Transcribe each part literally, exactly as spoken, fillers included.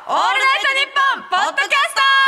オールナイトニッポンポッドキ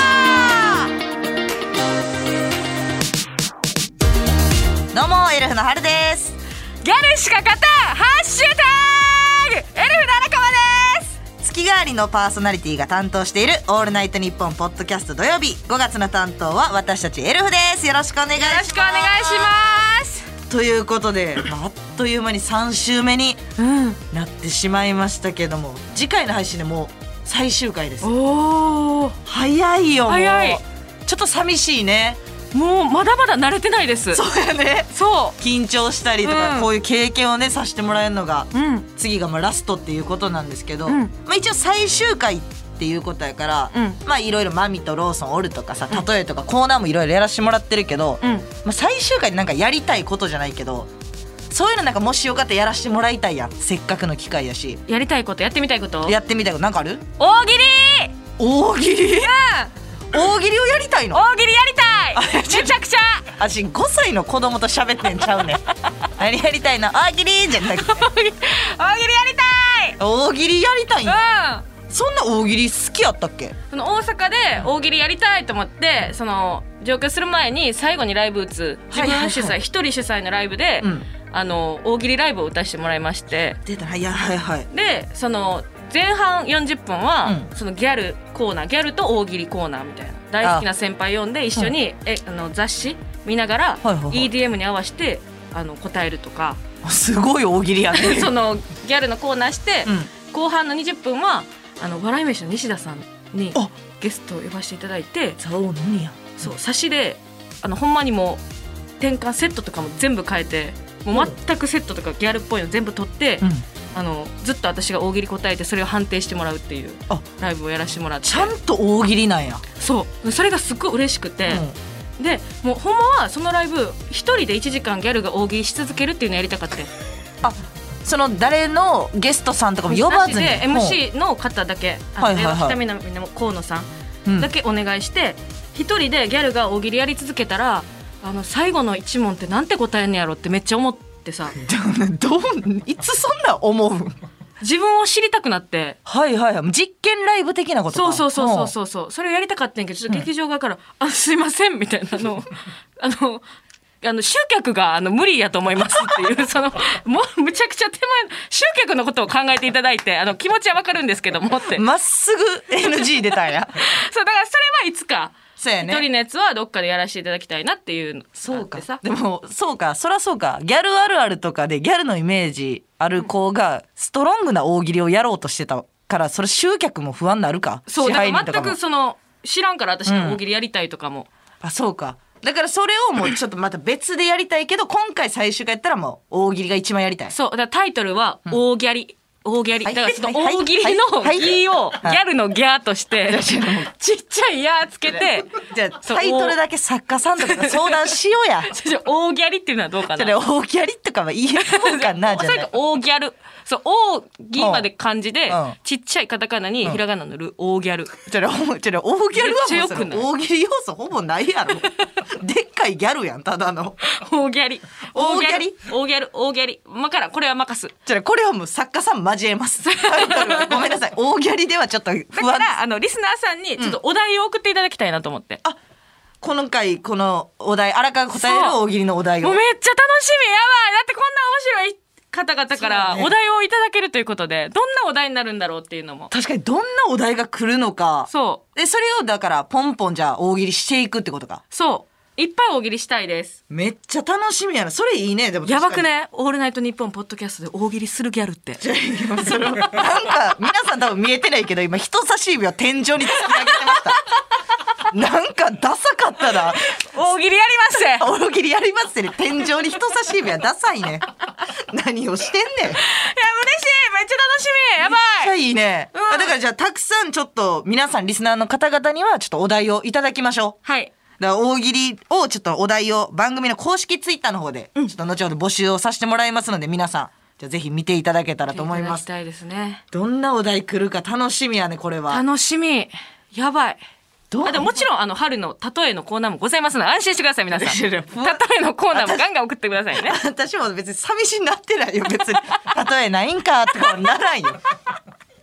ャスト。どうもエルフの春です。 ギャルしか勝たんハッシュタグエルフの荒川です。 月替わりのパーソナリティが担当しているオールナイトニッポンポッドキャスト土曜日、ごがつの担当は私たちエルフです。よろしくお願いします。 よろしくお願いします。 ということで、まあ、あっという間にさん週目になってしまいましたけども、うん、次回の配信でもう最終回です。 おー、 早いよ。もう早い。 ちょっと寂しいね。 もうまだまだ慣れてないです。 そうやね。 そう緊張したりとか、うん、こういう経験をねさせてもらえるのが、うん、次がまあラストっていうことなんですけど、うん、まあ、一応最終回っていうことやから、うん、まあいろいろマミとローソンおるとかさ、例えとかコーナーもいろいろやらせてもらってるけど、うん、まあ、最終回でなんかやりたいことじゃないけど、そういうのなんかもしよかったらやらせてもらいたいやん。せっかくの機会やし。 やりたいこと、やってみたいこと、 やってみたいことなんかある？ 大喜利。 大喜利、うん、大喜利をやりたいの？ 大喜利やりたい。めちゃくちゃ私ごさいの子供と喋ってんちゃうねん。何やりたいの？大喜利じゃなくて大喜利やりたい。 大喜利やりたいんや、 うん、 そんな大喜利好きやったっけ？ その大阪で大喜利やりたいと思って、その上京する前に最後にライブ打つ自分主催、一、はいはい、人主催のライブで、うん、あの大喜利ライブを打たせてもらいまして、 出た。はいはいはい。 でその前半よんじゅっぷんは、うん、そのギャルコーナー、ギャルと大喜利コーナーみたいな、大好きな先輩呼んで一緒に、うん、えあの雑誌見ながら、はいはいはい、イーディーエム に合わせてあの答えるとか。 すごい大喜利やね。 そのギャルのコーナーして、うん、後半のにじゅっぷんはあの笑い飯の西田さんにゲストを呼ばせていただいて、 そう何や、 そう差しであのほんまにもう転換セットとかも全部変えて、もう全くセットとかギャルっぽいの全部取って、うん、あのずっと私が大喜利答えてそれを判定してもらうっていうライブをやらせてもらって、 ちゃんと大喜利なんや。 そうそれがすっごい嬉しくて、うん、でもうほんまはそのライブ一人でいちじかんギャルが大喜利し続けるっていうのやりたかった。あ、 その誰のゲストさんとかも呼ばずに、 で エムシー の方だけ、はいはいはい、北見のみんなも河野さんだけお願いして、一、うん、人でギャルが大喜利やり続けたら、あの最後の一問ってなんて答えんねやろってめっちゃ思ってさ。 どういつそんな思う？ 自分を知りたくなって。 はいはいはい。実験ライブ的なことか。 そうそうそうそうそう。それをやりたかったんやけど、ちょっと劇場側から、うん、あすいませんみたいなのあのあの集客があの無理やと思いますっていうそのもうむちゃくちゃ手前集客のことを考えていただいて、あの気持ちはわかるんですけどもってまっすぐ エヌジー 出たんや。 そうだからそれはいつか。 そうやね、 一人のやつはどっかでやらせていただきたいなっていうの。 そうか。でもそうか、そらそうか。ギャルあるあるとかでギャルのイメージある子がストロングな大喜利をやろうとしてたから、それ集客も不安になるか。 そうだから全くその知らんから私の大喜利やりたいとかも、 うん、あそうか。だからそれをもうちょっとまた別でやりたいけど、今回最終回やったらもう大喜利が一番やりたい。 そうだからタイトルは大ギャリ、うん、大ギャリだからその大喜利のギをギャルのギャーとしてちっちゃいやーつけて、 じゃあタイトルだけ作家さんとか相談しようや。 大ギャリっていうのはどうかな。 大ギャリとかは言えるかな。じゃあ大ギャル、そう大ギまで漢字で、うん、ちっちゃいカタカナにひらがなのる大ギャル。 じゃあ大ギャルはもうその大喜利要素ほぼないやろ。でっかいギャルやん、ただの大ギャリ大ギャリ大ギャル大ギャリ。まからこれは任す。 じゃあこれはもう作家さん交えます。ごめんなさい、大ギャリではちょっと不安。 だからあのリスナーさんにちょっとお題を送っていただきたいなと思って、うん、あこの回このお題荒川が答える大喜利のお題を。 もうめっちゃ楽しみ。やばい。だってこんな面白い方々からお題をいただけるということで、どんなお題になるんだろうっていうのも。 確かにどんなお題が来るのか。 そうでそれをだからポンポンじゃあ大喜利していくってことか。 そういっぱい大喜利したいです。 めっちゃ楽しみやな。それいいね。でもやばくね。オールナイトニッポンポッドキャストで大喜利するギャルってそれなんか皆さん多分見えてないけど今人差し指を天井に突き上げてました。なんかダサかったな。 大喜利やりますね。 大喜利やりますね。天井に人差し指はダサいね。何をしてんねん。いや嬉しい。 めっちゃ楽しみ。やばい。 めっちゃいいね、うん、だからじゃあたくさんちょっと皆さんリスナーの方々にはちょっとお題をいただきましょう。 はい。 だから大喜利をちょっとお題を番組の公式ツイッターの方でちょっと後ほど募集をさせてもらいますので、皆さんじゃあぜひ見ていただけたらと思います。 見ていただきたいですね。 どんなお題来るか楽しみやね。これは楽しみ。やばい。あでももちろんあの春の例えのコーナーもございますので安心してください皆さん。例えのコーナーもガンガン送ってくださいね。 私も別に寂しになってないよ別に。例えないんかとかならんよ。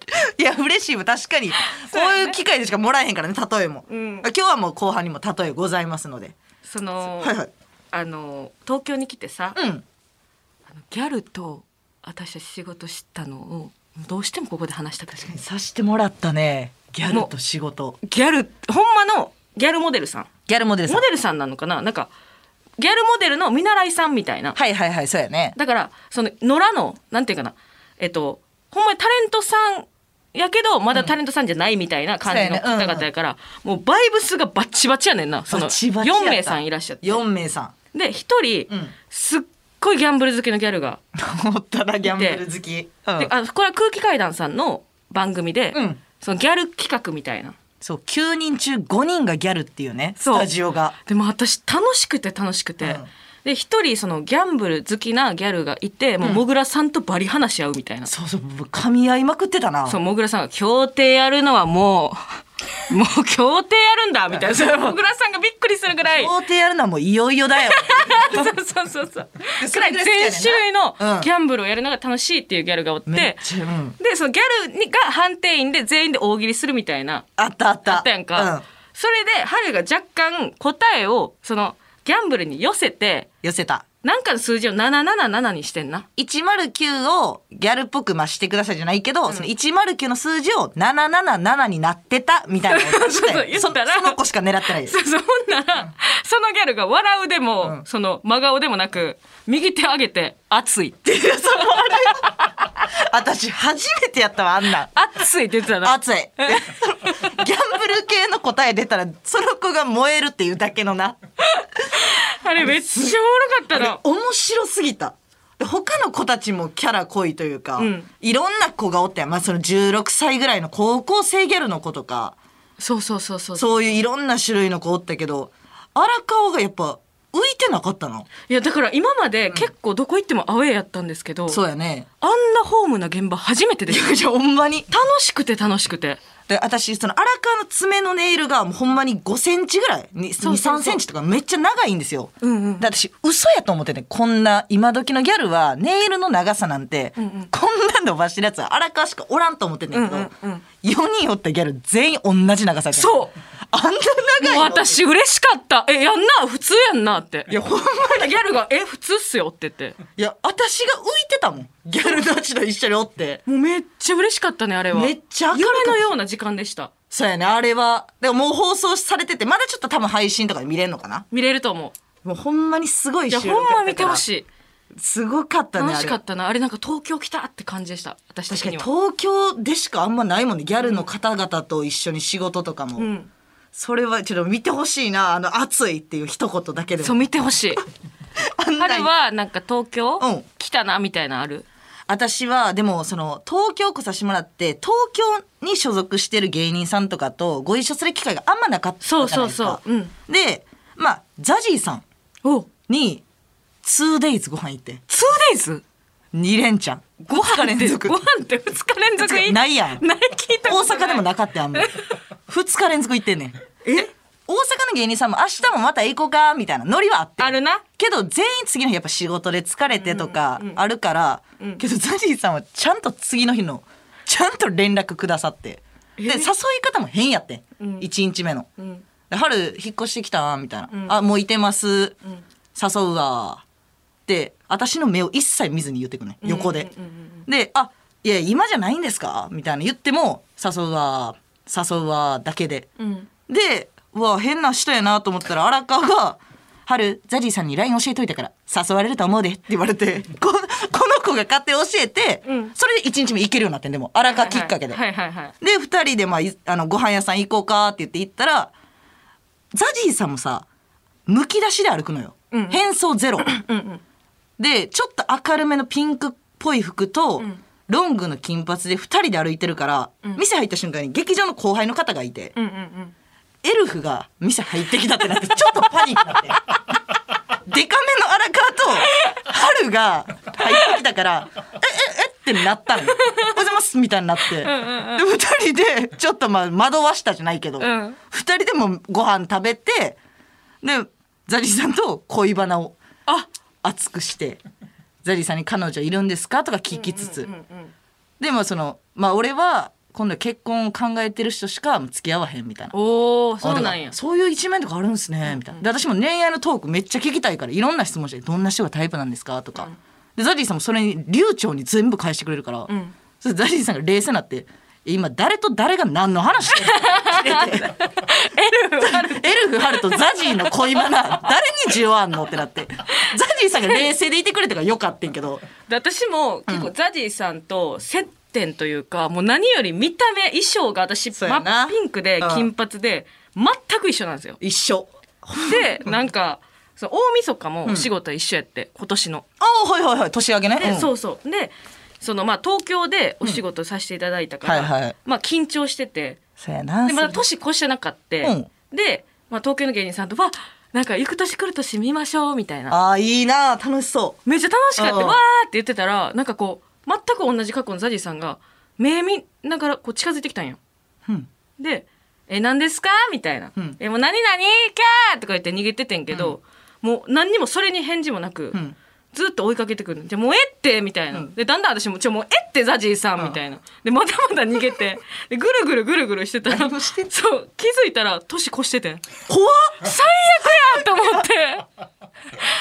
いや嬉しいわ確かに、こういう機会でしかもらえへんからね例えも、うん、今日はもう後半にも例えございますので、 その、 はいはい、 あの東京に来てさ、 うん、あのギャルと私たち仕事したのをどうしてもここで話したくてさしてもらったね。ギャルと仕事、 ギャルほんまのギャルモデルさんギャルモデルさんモデルさんなのかな、なんかギャルモデルの見習いさんみたいな、 はいはいはいそうやね。 だからその野良のなんていうかな、えっとほんまにタレントさんやけどまだタレントさんじゃないみたいな感じの方々やから、うん、もうバイブスがバッチバチやねんな。そのよんめいさんいらっしゃって、 よんめいさんでひとり、うん、すっごいギャンブル好きのギャルがおったなギャンブル好き、 うん、であこれは空気階段さんの番組で、うん、そのギャル企画みたいな、 そうきゅうにん中ごにんがギャルっていうね、スタジオが。 でも私楽しくて楽しくて、うん、で一人そのギャンブル好きなギャルがいて、もうもぐらさんとバリ話し合うみたいな、うん、 そうそう噛み合いまくってたな。 そうもぐらさんが協定やるのはもうもう協定やるんだみたいなもぐらさんがびっくりするぐらい協定やるのはもういよいよだよそうそうそうそうぐらい全種類のギャンブルをやるのが楽しいっていうギャルがおって、うん、でそのギャルが判定員で全員で大喜利するみたいなあったあったあったやんか、うん、それで春が若干答えをそのギャンブルに寄せて寄せたなんかの数字をななななななにしてんな。 いちまるきゅうをギャルっぽく増してくださいじゃないけど、うん、そのいちまるきゅうの数字をななななななになってたみたいなのをしてそうそう言ったらそ, その子しか狙ってないです。 そうそうほんなら、うん、そのギャルが笑うでも、うん、その真顔でもなく右手上げて熱いっていうその私初めてやったわあんな熱いって言ってたな。 熱いギャンブル系の答え出たらその子が燃えるっていうだけのなあれめっちゃおもろかったな。 面白すぎた。他の子たちもキャラ濃いというか、うん、いろんな子がおったやん、まあ、そのじゅうろくさいぐらいの高校生ギャルの子とかそうそうそうそうそういういろんな種類の子おったけど荒川がやっぱ浮いてなかったの。 いやだから今まで結構どこ行ってもアウェーやったんですけど、うん、 そうやねあんなホームな現場初めてでした。いやほんまに楽しくて楽しくてで私その荒川の爪のネイルがもうほんまにごセンチぐらいにさんセンチとかめっちゃ長いんですよ、うんうん、で私嘘やと思ってて、こんな今時のギャルはネイルの長さなんて、うんうん、こんな伸ばしてるやつは荒川しかおらんと思ってんねんけど、うんうんうん、よにんおったギャル全員同じ長さやった。 そうあんな長いの私嬉しかった。えやんな普通やんなって。 いやほんまにギャルがえ普通っすよって言って、 いや私が浮いてたもんギャルたちと一緒におってもうめっちゃ嬉しかったねあれは。 めっちゃ夢のような時間でした。 そうやねあれは。でももう放送されててまだちょっと多分配信とかで見れるのかな。 見れると思う。もうほんまにすごい収録やったから。いやほんま見てほしい。 すごかったね。 楽しかったなあれ。なんか東京来たって感じでした私的には。 確かに東京でしかあんまないもんねギャルの方々と一緒に仕事とかも、うん、それはちょっと見てほしいな。あの熱いっていう一言だけでもそう見てほしい春はなんか東京、うん、来たなみたいなある。 私はでもその東京来させてもらって東京に所属してる芸人さんとかとご一緒する機会があんまなかったじゃないですか。そうそうそう、うん、でまあザジーさんに ツーデイズ ご飯行ってツーデイズに連チャンご飯連続ご飯ってふつか連続いないやんない聞いたことない。 大阪でもなかったやんもうふつか連続行ってんねん。え大阪の芸人さんも明日もまた行こうかみたいなノリはあってあるなけど全員次の日やっぱ仕事で疲れてとかあるから、うんうん、けどザジーさんはちゃんと次の日のちゃんと連絡くださってで誘い方も変やって、うん、いちにちめの、うん、で春引っ越してきたみたいな、うん、あもういてます、うん、誘うわって私の目を一切見ずに言ってくるね横で、うんうんうんうん、であいや今じゃないんですかみたいな言っても誘うわ誘うわだけで、うん、でうわ変な人やなと思ったら荒川が「春ザジーさんに ライン 教えといたから誘われると思うで」って言われてこ, この子が勝手に教えて、うん、それでいちにちめ行けるようになってんでも荒川きっかけで、はいはいはいはい、でふたりで、まあ、あのご飯屋さん行こうかって言って行ったらザジーさんもさむき出しで歩くのよ、うん、変装ゼロうん、うん、でちょっと明るめのピンクっぽい服と、うん、ロングの金髪でふたりで歩いてるから、うん、店入った瞬間に劇場の後輩の方がいて、うんうんうんエルフが店入ってきたってなってちょっとパニックになってデカめの荒川と春が入ってきたからえええってなったのおはようございますみたいになってうんうん、うん、でふたりでちょっとまあ惑わしたじゃないけど、うん、ふたりでもご飯食べてでザジーさんと恋バナを熱くしてザジーさんに彼女いるんですかとか聞きつつ、うんうんうんうん、でもそのまあ俺は今度結婚を考えてる人しか付き合わへんみたいな。 おー、そうなんや。 そういう一面とかあるんですねみたいな。で私も恋愛のトークめっちゃ聞きたいからいろんな質問してどんな人がタイプなんですかとか、うん、でザジーさんもそれに流暢に全部返してくれるから、うん、それザジーさんが冷静になって今誰と誰が何の話してるエルフハルエルフハルとザジーの恋バナ誰に需要あんのってなってザジーさんが冷静でいてくれたからよかったんけど、 で私も結構ザジーさんと接点というか、うん、もう何より見た目衣装が私真っピンクで金髪で全く一緒なんですよ。 一緒でなんかその大晦日もお仕事一緒やって、うん、今年のああはいはいはい年明けね、 うん、そうそうでそのまあ東京でお仕事させていただいたから、うんはいはい、まあ緊張してて、 そうやなでまだ年越してなかった、うん、で、まあ、東京の芸人さんとわなんか行く年来る年見ましょうみたいな、 あいいな楽しそう、 めっちゃ楽しかったわーって言ってたらなんかこう全く同じ格好のザジーさんが目見ながらこう近づいてきたんよ、うん、でえ何ですかみたいな、うん、えもう何何キャーとか言って逃げててんけど、うん、もう何にもそれに返事もなく、うんずっと追いかけてくる。じゃもうえってみたいな、うん、でだんだん私もちょもうえってザジーさんみたいな、でまだまだ逃げてでぐるぐるぐるぐるしてたらそう気づいたら年越してて怖っ最悪やと思ってえーみたいな、私ザ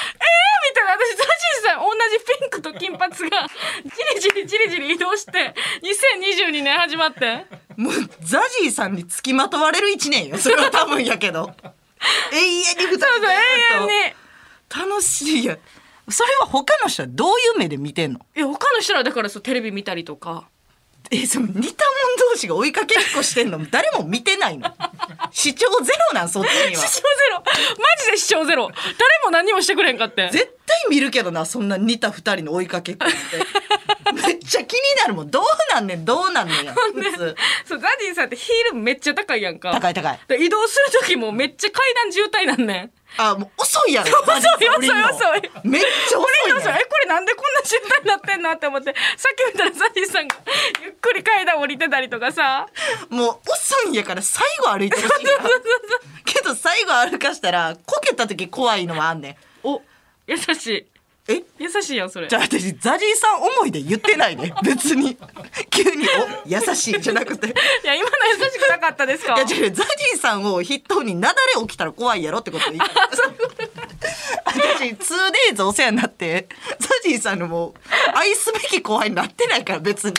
ジーさん同じピンクと金髪がじりじりじりじり移動してにせんにじゅうにねん始まってもうザジーさんにつきまとわれるいちねんよそれは多分やけど永遠にふたりでそうそう永遠に楽しいやそれは他の人はどういう目で見てんの？ え他の人はだからそうテレビ見たりとかえその似たもん同士が追いかけっこしてんの誰も見てないの視聴ゼロなんそっちには視聴ゼロマジで視聴ゼロ誰も何もしてくれんかって絶対見るけどなそんな似た二人の追いかけっこってめっちゃ気になるもんどうなんねんどうなんねんや普通そうザジーさんってヒールめっちゃ高いやんか高い高い移動する時もめっちゃ階段渋滞なんねんあもう遅いやろ遅い遅い遅いめっちゃ遅い、ね、 遅いえこれなんでこんな渋滞になってんのって思ってさっき見たらザジーさんがゆっくり階段降りてたりとかさもう遅いんやから最後歩いてほしいなけど最後歩かしたらこけた時怖いのもあんねんお優しいえ優しいやんそれじゃあ私ザジーさん思いで言ってないね別に急にお優しいじゃなくていや今の優しくなかったですかいや違うザジーさんを筆頭に雪崩起きたら怖いやろってことでいい私 ツーデイズ お世話になってザジーさんのもう愛すべき後輩になってないから別に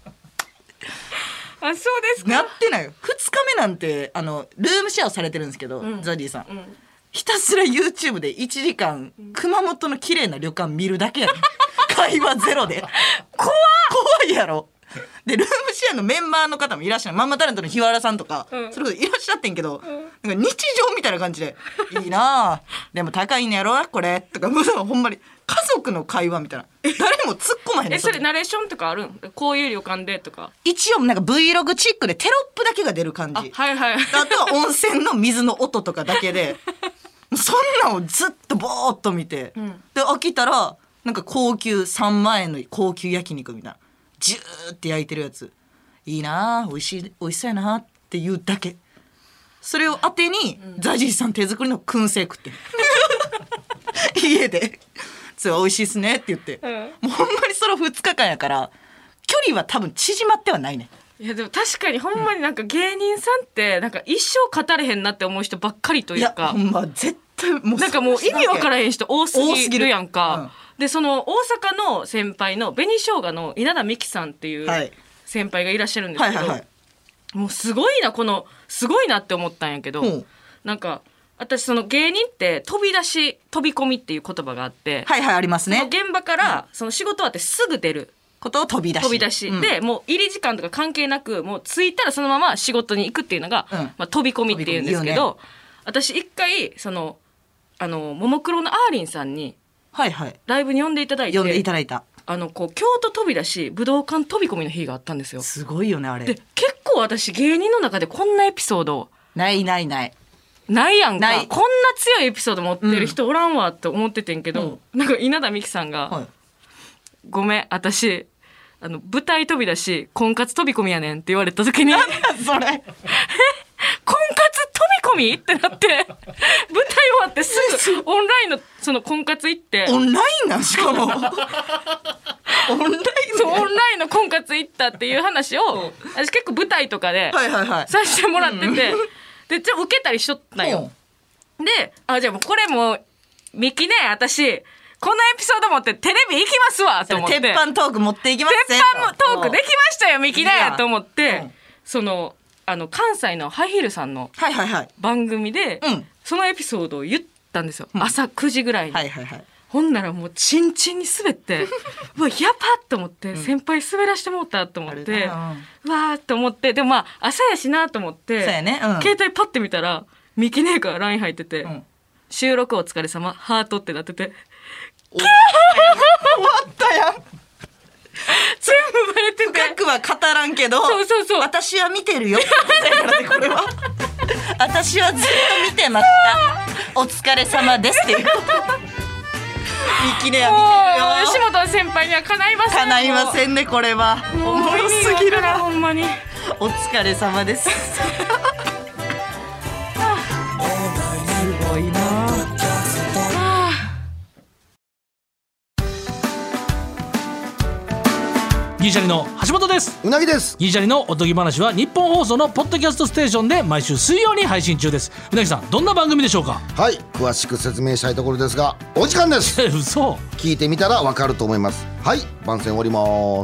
あそうですかなってないよふつかめなんてあのルームシェアをされてるんですけど、うん、ザジーさん、うんひたすら YouTube でいちじかん熊本の綺麗な旅館見るだけやねん会話ゼロで怖怖いやろでルームシェアのメンバーの方もいらっしゃるマンマタレントの日原さんとか、うん、それこそいらっしゃってんけど、うん、なんか日常みたいな感じでいいなでも高いんやろこれとかもうほんまに家族の会話みたいな誰も突っ込まへんねんえそれナレーションとかあるんこういう旅館でとか一応なんか Vlog チックでテロップだけが出る感じあはいはいあとは温泉の水の音とかだけでそんなんをずっとぼーっと見て、うん、で飽きたらなんか高級さんまんえんの高級焼肉みたいなジューって焼いてるやついいな美味しい美味しそうやなっていうだけそれを当てに、うん、ザジーさん手作りの燻製食って家でそれ美味しいっすねって言って、うん、もうほんまにそのふつかかんやから距離は多分縮まってはないねいやでも確かにほんまになんか芸人さんってなんか一生語れへんなって思う人ばっかりというかいやほんま絶対もうなんかもう意味わからへん人多すぎるやんか、うん、でその大阪の先輩の紅生姜の稲田美希さんっていう先輩がいらっしゃるんですけど、はいはいはいはい、もうすごいなこのすごいなって思ったんやけど、うん、なんか私その芸人って飛び出し飛び込みっていう言葉があってはいはいありますねその現場からその仕事終わってすぐ出ることを飛び出し飛び出し、うん、でもう入り時間とか関係なくもう着いたらそのまま仕事に行くっていうのが、うんまあ、飛び込みっていうんですけど、ね、私一回そのあのももクロのあーりんさんにライブに呼んでいただいて、 はいはい、呼んでいただいたあのこう京都飛び出し武道館飛び込みの日があったんですよすごいよねあれで結構私芸人の中でこんなエピソードないないないないやんかこんな強いエピソード持ってる人おらんわって思っててんけど、うん、なんか稲田美希さんが、はい、ごめん私あの舞台飛びだし婚活飛び込みやねんって言われた時になんだそれえ婚活飛び込みってなって舞台終わってすぐオンラインのその婚活行ってオンラインなんしかもオンラインでそうオンラインの婚活行ったっていう話を私結構舞台とかでさせてもらってて、はいはいはい、でちょっと受けたりしとったよ。で、あ、じゃあもうこれもうミキね、私このエピソード持ってテレビ行きますわと思って、 鉄板トーク持っていきますね、鉄板トークできましたよミキねと思って、そのあの関西のハイヒールさんの番組で、はいはいはい、そのエピソードを言ったんですよ、うん、朝くじぐらいに、はいはいはい、ほんならもうチンチンに滑ってうわやばっと思って、うん、先輩滑らしてもうたと思って、うん、うわーって思って、でもまあ朝やしなと思って、そうやね、うん、携帯パッて見たらミキ姉から ライン 入ってて、うん、収録お疲れ様ハートってなってて終わったやん全部バレてて、 深くは語らんけど、 そうそうそう、 私は見てるよだからね、これは私はずっと見てましたお疲れ様ですっていうミキネは見てるよ。 吉本先輩にはかないません、 かないませんね、これはおもろすぎるな、 ほんまにお疲れ様ですすごいな。 ギリシャリの橋本です。 うなぎです。 ギリシャリのおとぎ話は日本放送のポッドキャストステーションで毎週水曜に配信中です。うなぎさん、どんな番組でしょうか？ はい、詳しく説明したいところですがお時間です。 嘘。 聞いてみたらわかると思います。はい、番宣終わります。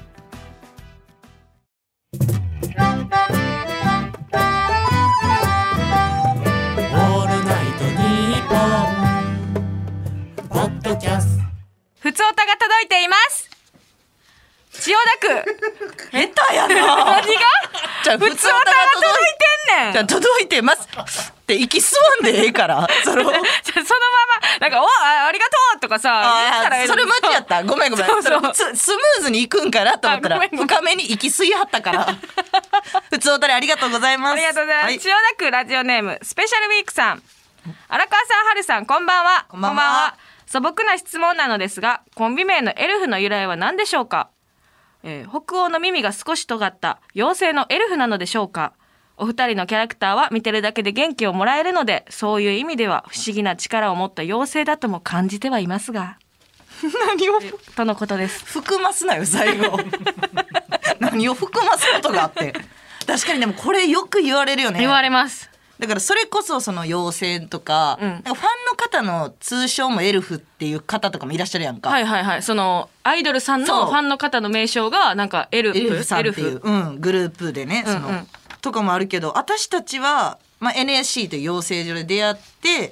オールナイトニッポンポッドキャスト、 ふつおたが届いています。千代田区下手やな何がじゃあ普通おたが届いてんねん。 じゃあ届いてますって息吸わんでええからそのじゃあそのままなんかお あ, ありがとうとかさ言ったらええのに、それマジやった。ごめんごめん、そうそうス, スムーズにいくんかなと思ったら深めに息吸いはったから普通おたりありがとうございます。 ありがとうございます、はい、千代田区ラジオネームスペシャルウィークさん、荒川さん、春さん、こんばんは。 こんばんは。 素朴な質問なのですが、コンビ名のエルフの由来は何でしょうか？えー、北欧の耳が少し尖った妖精のエルフなのでしょうか？お二人のキャラクターは見てるだけで元気をもらえるので、そういう意味では不思議な力を持った妖精だとも感じてはいますが何をとのことです。 含ますなよ最後何を含ますことがあって。確かにでもこれよく言われるよね。 言われます。 だからそれこそその妖精とか、うん、なんかファンの方の通称もエルフっていう方とかもいらっしゃるやんか。 はいはいはい。そのアイドルさんのファンの方の名称がなんかエルフ、 エルフさんっていう、うん、グループでね、その、うんうん、とかもあるけど、私たちは、まあ、エヌエスシー という養成所で出会って、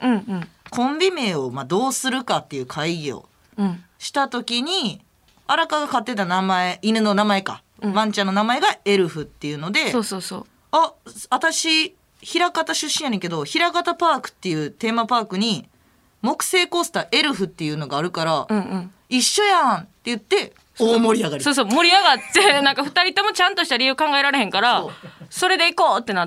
うんうん、コンビ名をまあどうするかっていう会議をした時に、荒川が飼ってた名前、犬の名前か、うん、ワンちゃんの名前がエルフっていうので、 そうそうそう、 あ、私枚方出身やねんけど、枚方パークっていうテーマパークに木製コースターエルフっていうのがあるから、うんうん、一緒やんって言って大盛り上がり。 そうそう、盛り上がってなんかふたりともちゃんとした理由考えられへんから、そ, それで行こうってなって、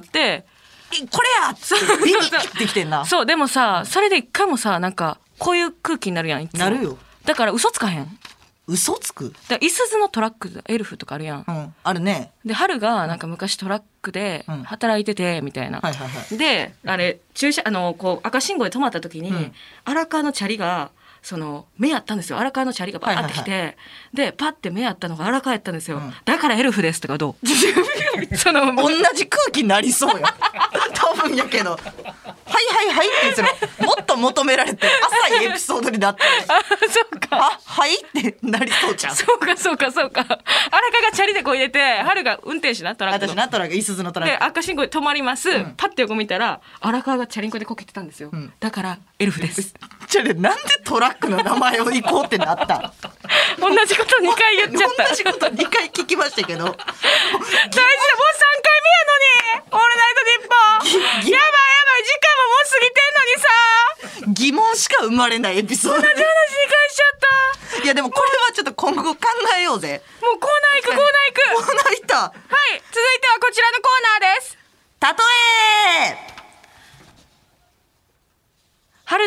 これやってビビってきてんな。 そう、でもさ、それで一回もさ、なんかこういう空気になるやん。いつもなるよ。 だから嘘つかへん。 嘘つく？ だいすゞのトラックエルフとかあるやん、 うん、あるね。 で春がなんか昔トラックで働いててみたいな、うんはいはいはい、であれ駐車あのこう赤信号で止まった時に、うん、荒川のチャリがその目合ったんですよ。荒川のチャリがバーって来て、はいはいはい、でパッて目合ったのが荒川やったんですよ、うん、だからエルフですとかどうその同じ空気になりそうや多分やけどはいはいはいってそのもっと求められて浅いエピソードになってあそうかあはいってなりそうじゃん。 そうかそうかそうか。荒川がチャリでこう入れて春が運転手なトラックの私なトラックいすゞのトラックで赤信号で止まります、うん、パッて横見たら荒川がチャリンコでこけてたんですよ、うん、だからエルフですじゃあなんでトラックの名前を行こうってなった同じことにかい言っちゃった同じことにかい聞きましたけど大事だ、もうさんかいめやのにオールナイトニッポンやばいやばい、時間ももう過ぎてんのにさ、 疑問しか生まれないエピソード同じ話に返しちゃった。 いやでもこれはちょっと今後考えようぜ。 もうコーナー行くコーナー行くコーナー行った。 はい、続いてはこちらのコーナーです。 たとえ春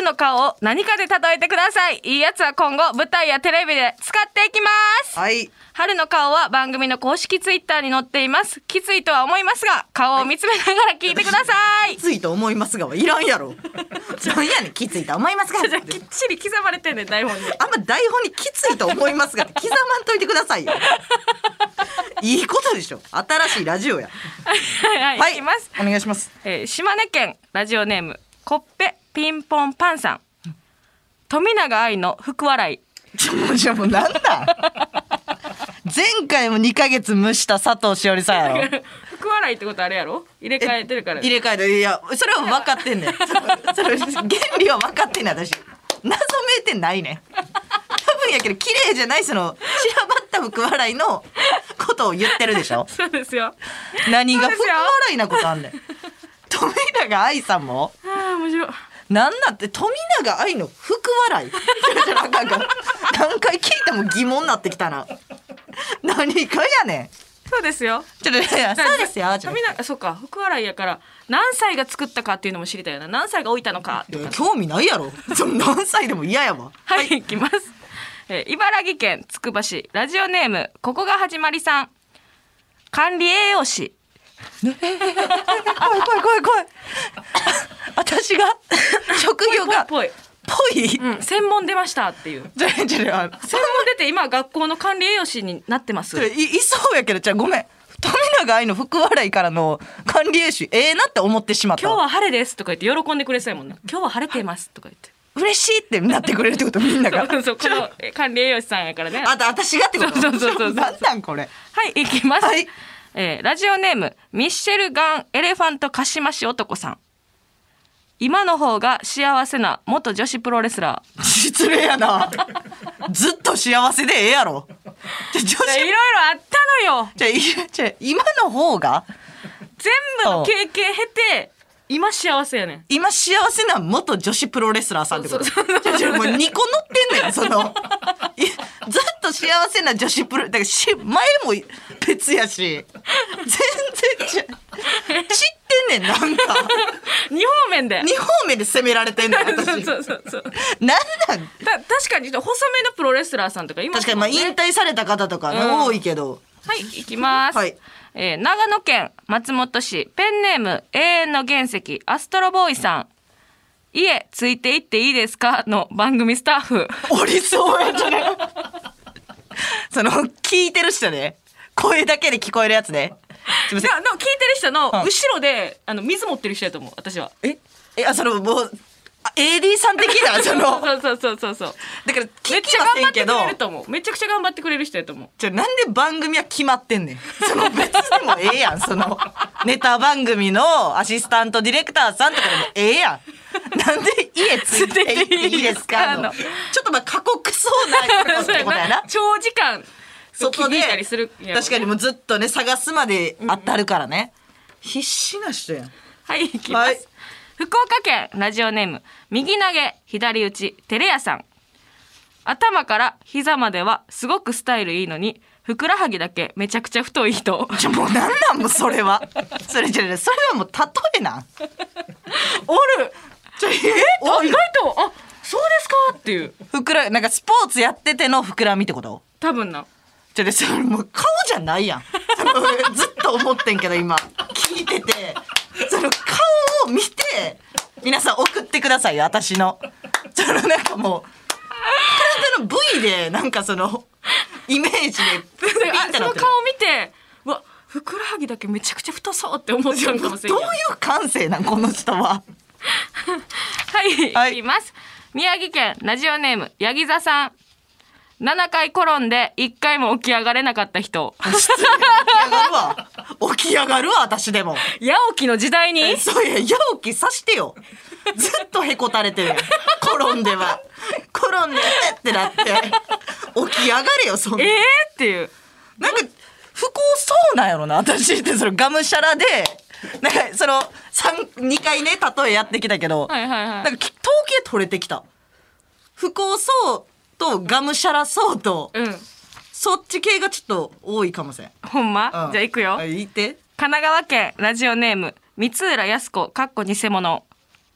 の顔を何かで例えてください。いいやつは今後舞台やテレビで使っていきます。 はい春の顔は番組の公式ツイッターに載っています。きついとは思いますが顔を見つめながら聞いてください。 きついと思いますがはいらんやろなんやねんきついと思いますがじゃあきっちり刻まれてんねん台本に。 あんま台本にきついと思いますがって刻まんといてくださいよいいことでしょ新しいラジオやはいはい、はい、いきます。 お願いします、 えー、島根県ラジオネームコッペピンポンパンさん。富永愛の福笑い。 ちょもうじゃもうなんなん前回もにかげつ蒸した佐藤しおりさんやろ福笑いってことあれやろ入れ替えてるから入れ替えていやそれは分かってんねんそれ原理は分かってんねん私謎めいてないねん多分やけど綺麗じゃないその散らばった福笑いのことを言ってるでしょそうですよ。 何が福笑いなことあんねん富永愛さんもああ面白い。 なんだって富永愛の福笑いなんか何回聞いても疑問になってきたな何かやねん。 そうですよ。 ちょっとそうですよ。 富永そうか福笑いやから何歳が作ったかっていうのも知りたいよな。何歳が置いたのかとか。 興味ないやろその何歳でも嫌やわ。 はい、はい、いきます。えー、茨城県つくば市ラジオネームここが始まりさん。管理栄養士。 ね、怖い怖い怖い怖い私が職業がぽいぽい、 うん、専門出ましたっていうじゃじゃ専門出て今学校の管理栄養士になってます。 い, いそうやけどじゃごめん富永愛の福笑いからの管理栄養士ええー、なって思ってしまった。 今日は晴れですとか言って喜んでくれそうやもんね。今日は晴れてますとか言って嬉しいってなってくれるってことみんながそうそうこの管理栄養士さんやからね。 あと私がってことそうそうそうそうなんなんこれ。 はい行きます、 はいえー、ラジオネームミッシェルガンエレファントカシマシ男さん。今の方が幸せな元女子プロレスラー。 失礼やなずっと幸せでええやろ女子いろいろあったのよ。 じゃじゃ今の方が全部の経験経て今幸せやねん。 今幸せな元女子プロレスラーさんってこと。じゃじゃもうにこ乗ってんねんそのずっと幸せな女子プロだからし前も別やし全然ち知ってんねんなんかに方面でに方面で責められてんねん私そうそうそうそうなんなんだ確かに細めのプロレスラーさんとか今、ね、 確かにまあ引退された方とか、ねうん、多いけど。 はい行きます、はいえー、長野県松本市ペンネーム永遠の原石アストロボーイさん。家ついていっていいですかの番組スタッフ。 おりそうやじゃねその聞いてる人ね声だけで聞こえるやつね。 すみません。いやでも聞いてる人の後ろで、うん、あの水持ってる人やと思う私は。 ええあそのもうエーディー さん的なそのそうそうそうそうそうだからめっちゃ頑張ってくれると思う。めちゃくちゃ頑張ってくれる人やと思う。 じゃなんで番組は決まってんねんその別でもええやんそのネタ番組のアシスタントディレクターさんとかでもええやんなんで家ついていっていいですかのちょっとまあ過酷そうなことってことやな長時間外でたりする確かにもうずっとね探すまで当たるからね、うん、必死な人やん。 はい行きます、はい、福岡県ラジオネーム右投げ左打ちテレ屋さん。頭から膝まではすごくスタイルいいのにふくらはぎだけめちゃくちゃ太い人。 じゃもうなんなんもうそれはそれじゃそれはもう例えなんおるじゃえあ意外とあそうですかっていうふくらなんかスポーツやってての膨らみってこと。 多分なじゃでそれもう顔じゃないやんずっと思ってんけど今聞いててその顔を見て皆さん送ってくださいよ私のそのなんかもう体の部位でなんかそのイメージでピンってなってる。 その顔見てうわふくらはぎだけめちゃくちゃ太そうって思っちゃうかもしれない。 どういう感性なんこの人ははい、はい、いきます。宮城県ラジオネームヤギ座さん。ななかい転んでいっかいも起き上がれなかった人。 起き上がるわ起き上がるわ私でも八起きの時代にそういや八起きさしてよずっとへこたれてる転んでは転んでってなって起き上がれよそんなえーっていうなんか不幸そうなんやろな私ってそのがむしゃらでなんかそのにかいね例えやってきたけど、 はいはいはい、 なんか統計取れてきた不幸そうとがむしゃらそうと、うん、そっち系がちょっと多いかもしれん。 ほんま、うん、じゃあ行くよ。 言って。 神奈川県ラジオネーム三浦靖子かっこ偽物。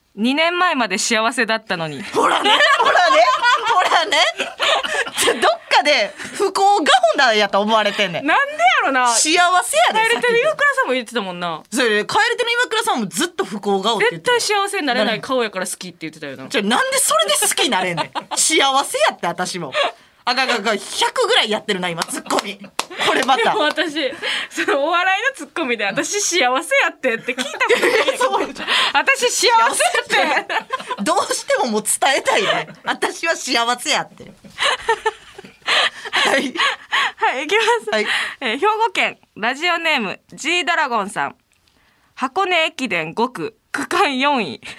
にねんまえまで幸せだったのに。 ほらねほらねほらねどっかで不幸顔だやと思われてんねん。 なんでやろな。 幸せやで。 帰れてる岩倉さんも言ってたもんな。 それ帰れてる岩倉さんもずっと不幸顔って言って絶対幸せになれない顔やから好きって言ってたよな。 じゃなんでそれで好きになれんねん幸せやって私もあかんあかんあかんひゃくぐらいやってるな今ツッコミこれまたでも私そのお笑いのツッコミで私幸せやってって聞いたことないけど私幸せやってどうしてももう伝えたいね私は幸せやってはいはい行きます、 はいえー兵庫県ラジオネーム G ドラゴンさん。箱根駅伝ごく区間よんい。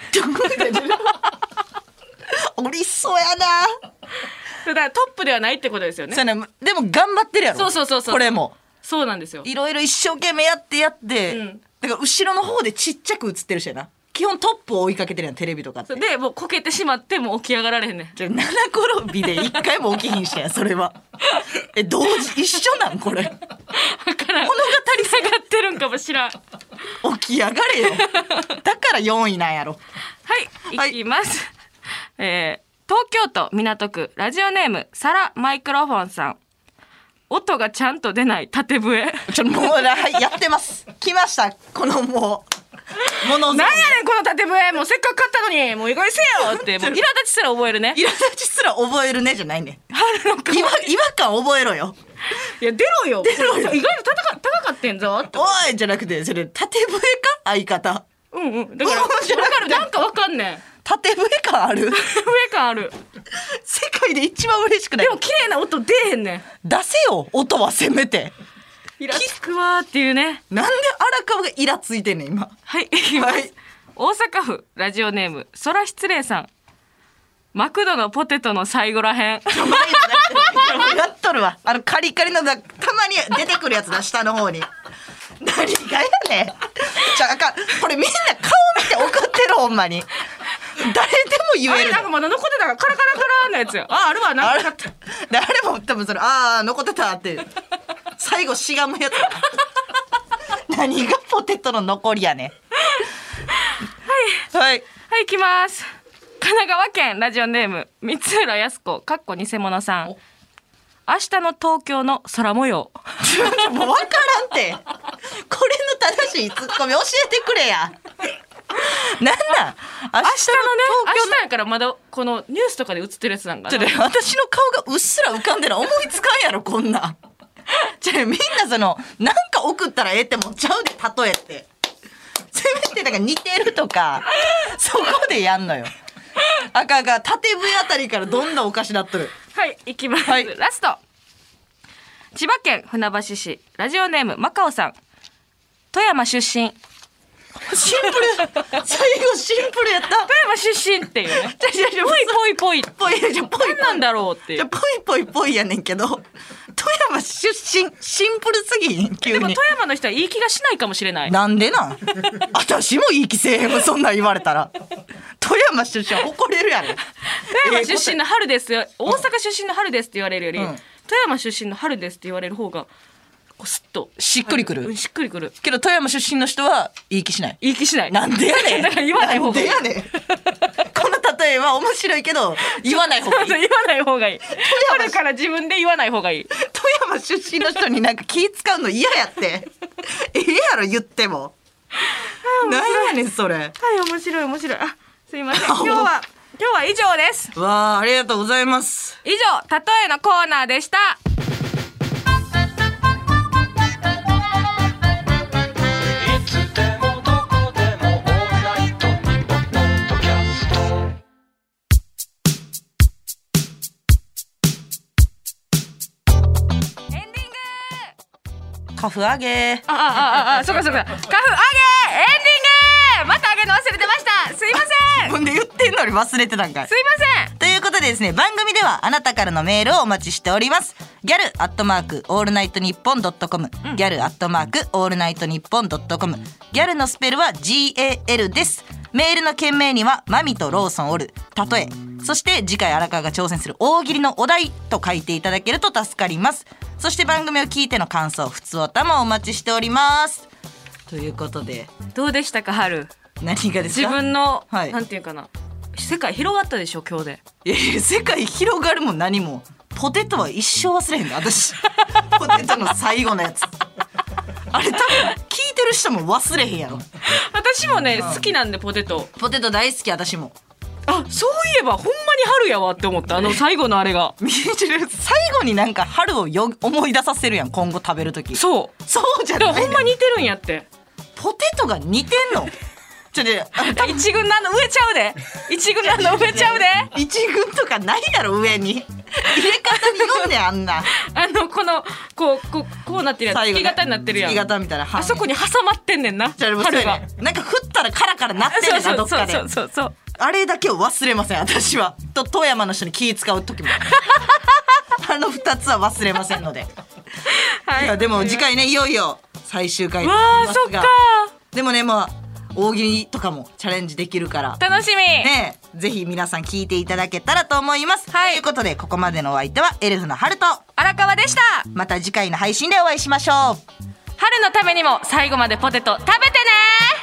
おりそうやなだからトップではないってことですよね。 そうやねでも頑張ってるやろそうそうそうそうこれもそうなんですよ。 いろいろ一生懸命やってやって、 うんだから後ろの方でちっちゃく映ってるしやな基本トップを追いかけてるやんテレビとかってでもうこけてしまってもう起き上がられへんねん。 じゃあ七転びで一回も起きひんしやんそれはえ同時一緒なんこれだから物語下がってるんかもしらん。はい起き上がれよだからよんいなんやろ行きます、えー東京都港区ラジオネームサラマイクロフォンさん。音がちゃんと出ない縦笛。 ちょもうはいやってます来ましたこのもうものなんやねんこの縦笛。もうせっかく買ったのにもう意外せよってもう苛立ちすら覚えるね。 苛立ちすら覚えるねじゃないね違和違和感覚えろよいや出ろよ。出ろよ。意外と高か高かってんぞって。 おいじゃなくてそれ縦笛か相方うんうん。だからうんじゃなくてわかるなんかわかんねん。 縦笛感ある上感ある。 世界で一番嬉しくないでも綺麗な音出えへんねん。 出せよ音はせめてイラつくわーっていうね。 なんで荒川がイラついてんねん今はい行きます、 はい大阪府ラジオネーム空失礼さん。マクドのポテトの最後らへん。 やっとるわあのカリカリのだたまに出てくるやつだ下の方に何がやねんじゃああかんこれみんな顔見て送ってるほんまに誰でも言えるあれなんかまだ残ってたからカラカラカラのやつよ。ああるわなあれかった。 であれも多分それああ残ってたって最後しがむやつ何がポテトの残りやねんはいはいはい行きます。神奈川県ラジオネーム三浦靖子かっこ偽物さん。明日の東京の空模様。 もう分からんってこれの正しいツッコミ教えてくれやなんなん明日の明日のね東京明日やからまだこのニュースとかで映ってるやつなんかな。 ちょっと私の顔がうっすら浮かんでる思いつかんやろこんなんじゃあみんなそのなんか送ったらええってもんちゃうで例えってせめてなんか似てるとかそこでやんのよあかんあかん縦笛あたりからどんどんおかしなっとるはい行きます、 はいラスト千葉県船橋市ラジオネームマカオさん。富山出身。 シンプル最後シンプルやった富山出身っていうね。ぽいぽいぽいぽいじゃぽい何なんだろうっていう。 じゃぽいぽいぽいやねんけど富山出身シンプルすぎん急にでも富山の人はいい気がしないかもしれない。 なんでなん私もいい気せえへんわそんなん言われたら富山出身は誇れるやろ富山出身の春ですよ、大阪出身の春ですって言われるより、 うん富山出身の春ですって言われる方がこうスッとしっくりくるうんしっくりくる。 けど富山出身の人はいい気しないいい気しない。 なんでやねんだから言わない方がいい。 なんでやねんこの例えは面白いけど言わない方がいい言わない方がいい。 山春から自分で言わない方がいい。 富山出身の人になんか気使うの嫌やってええやろ言ってもなんやねんそれはい面白い面白い。あすいません今日は今日は以上です。 わあありがとうございます以上例えのコーナーでした。 カフ上げああああそうかそうか。カフあげエンディングまたあげるの忘れてました。すいません自分で言ってんのに忘れてたんかいすいません。 ということでですね番組ではあなたからのメールをお待ちしております。ギャルアットマークオールナイトニッポンドットコム、うん、ギャルアットマークオールナイトニッポンドットコム、ギャルのスペルは ジーエーエル です。メールの件名にはマミとローソンおる例え、そして次回荒川が挑戦する大喜利のお題と書いていただけると助かります。そして番組を聞いての感想ふつおたもお待ちしております。 ということでどうでしたか春。 何がですか。 自分の、 はい、 なんていうかな、世界広がったでしょ今日で。 いやいや世界広がるも何もポテトは一生忘れへんで私ポテトの最後のやつあれ多分聞いてる人も忘れへんやろ。 私もね、うん、好きなんでポテトポテト大好き私も。 あ、そういえばほんまに春やわって思った。あの最後のあれが最後になんか春をよ思い出させるやん今後食べるとき。 そうそうじゃない。 ほんま似てるんやって。 ポテトが似てんのちょっと一軍のあの上ちゃうで一軍のあの上ちゃうで一軍とかないやろ上に入れ方によんねんあんなあのこのこうこうこうなってるやつ、ね、月型になってるやん。 月型みたいな。 あそこに挟まってんねんな春が。 なんか振ったらカラカラなってんねんなどっかで。 そうそうそうそう。 あれだけを忘れません私は。と富山の人に気使う時もあのふたつは忘れませんので、はい、いやでも次回ねいよいよ最終回になりますが。わーそっか。でもねまあ大喜利とかもチャレンジできるから楽しみね。ぜひ皆さん聞いていただけたらと思います、はい、ということでここまでのお相手はエルフの春と荒川でした。 また次回の配信でお会いしましょう。 春のためにも最後までポテト食べてね。